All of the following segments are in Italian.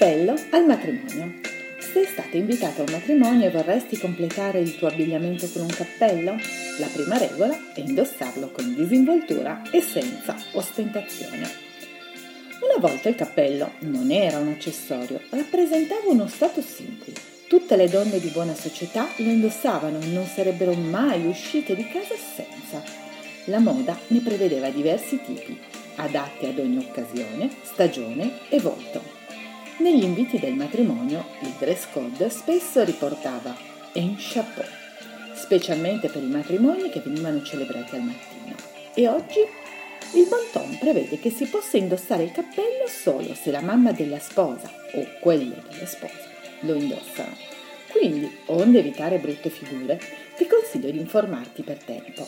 cappello al matrimonio. Sei stata invitata a un matrimonio e vorresti completare il tuo abbigliamento con un cappello? La prima regola è indossarlo con disinvoltura e senza ostentazione. Una volta il cappello non era un accessorio, rappresentava uno status symbol. Tutte le donne di buona società lo indossavano e non sarebbero mai uscite di casa senza. La moda ne prevedeva diversi tipi, adatti ad ogni occasione, stagione e volto. Negli inviti del matrimonio il dress code spesso riportava un chapeau, specialmente per i matrimoni che venivano celebrati al mattino. E oggi il bon ton prevede che si possa indossare il cappello solo se la mamma della sposa o quello della sposa lo indossano. Quindi, onde evitare brutte figure, ti consiglio di informarti per tempo.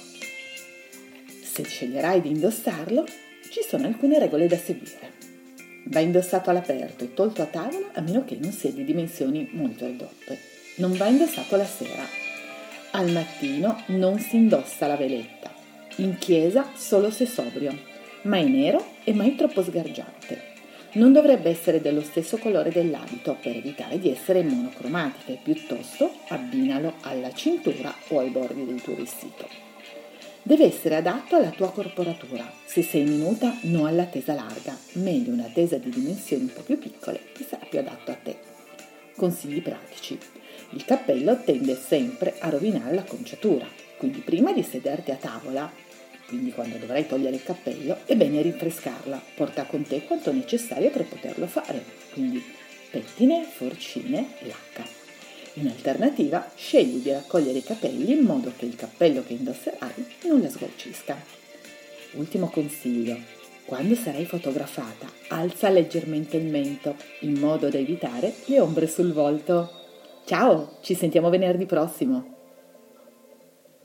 Se sceglierai di indossarlo, ci sono alcune regole da seguire. Va indossato all'aperto e tolto a tavola a meno che non sia di dimensioni molto ridotte. Non va indossato la sera. Al mattino non si indossa la veletta. In chiesa solo se sobrio. Mai nero e mai troppo sgargiante. Non dovrebbe essere dello stesso colore dell'abito per evitare di essere monocromatiche. Piuttosto abbinalo alla cintura o ai bordi del tuo vestito. Deve essere adatto alla tua corporatura. Se sei minuta, no alla tesa larga. Meglio una tesa di dimensioni un po' più piccole, che sarà più adatto a te. Consigli pratici. Il cappello tende sempre a rovinare l'acconciatura, quindi prima di sederti a tavola, quindi quando dovrai togliere il cappello, è bene rinfrescarla. Porta con te quanto necessario per poterlo fare, quindi pettine, forcine, lacca. In alternativa, scegli di raccogliere i capelli in modo che il cappello che indosserai non la sgualcisca. Ultimo consiglio: quando sarai fotografata, alza leggermente il mento in modo da evitare le ombre sul volto. Ciao, ci sentiamo venerdì prossimo!